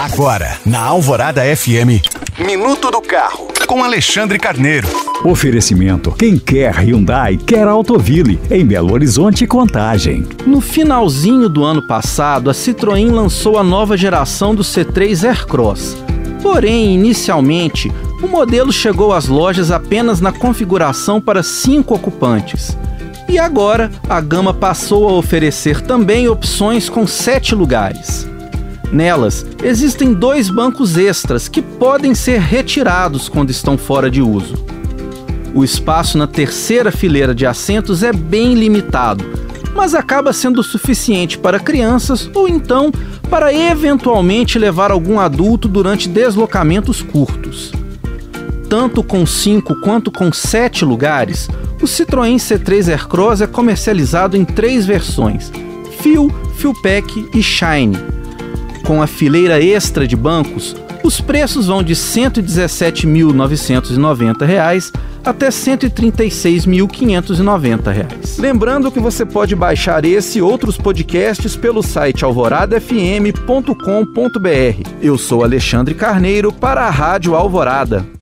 Agora, na Alvorada FM, Minuto do Carro, com Alexandre Carneiro. Oferecimento: quem quer Hyundai, quer Autoville, em Belo Horizonte e Contagem. No finalzinho do ano passado, a Citroën lançou a nova geração do C3 Aircross. Porém, inicialmente, o modelo chegou às lojas apenas na configuração para 5 ocupantes. E agora, a gama passou a oferecer também opções com 7 lugares. Nelas, existem 2 bancos extras que podem ser retirados quando estão fora de uso. O espaço na terceira fileira de assentos é bem limitado, mas acaba sendo suficiente para crianças ou então para eventualmente levar algum adulto durante deslocamentos curtos. Tanto com 5 quanto com 7 lugares, o Citroën C3 Aircross é comercializado em 3 versões: Fuel, Fuel Pack e Shine. Com a fileira extra de bancos, os preços vão de R$ 117.990 até R$ 136.590. Lembrando que você pode baixar esse e outros podcasts pelo site alvoradafm.com.br. Eu sou Alexandre Carneiro para a Rádio Alvorada.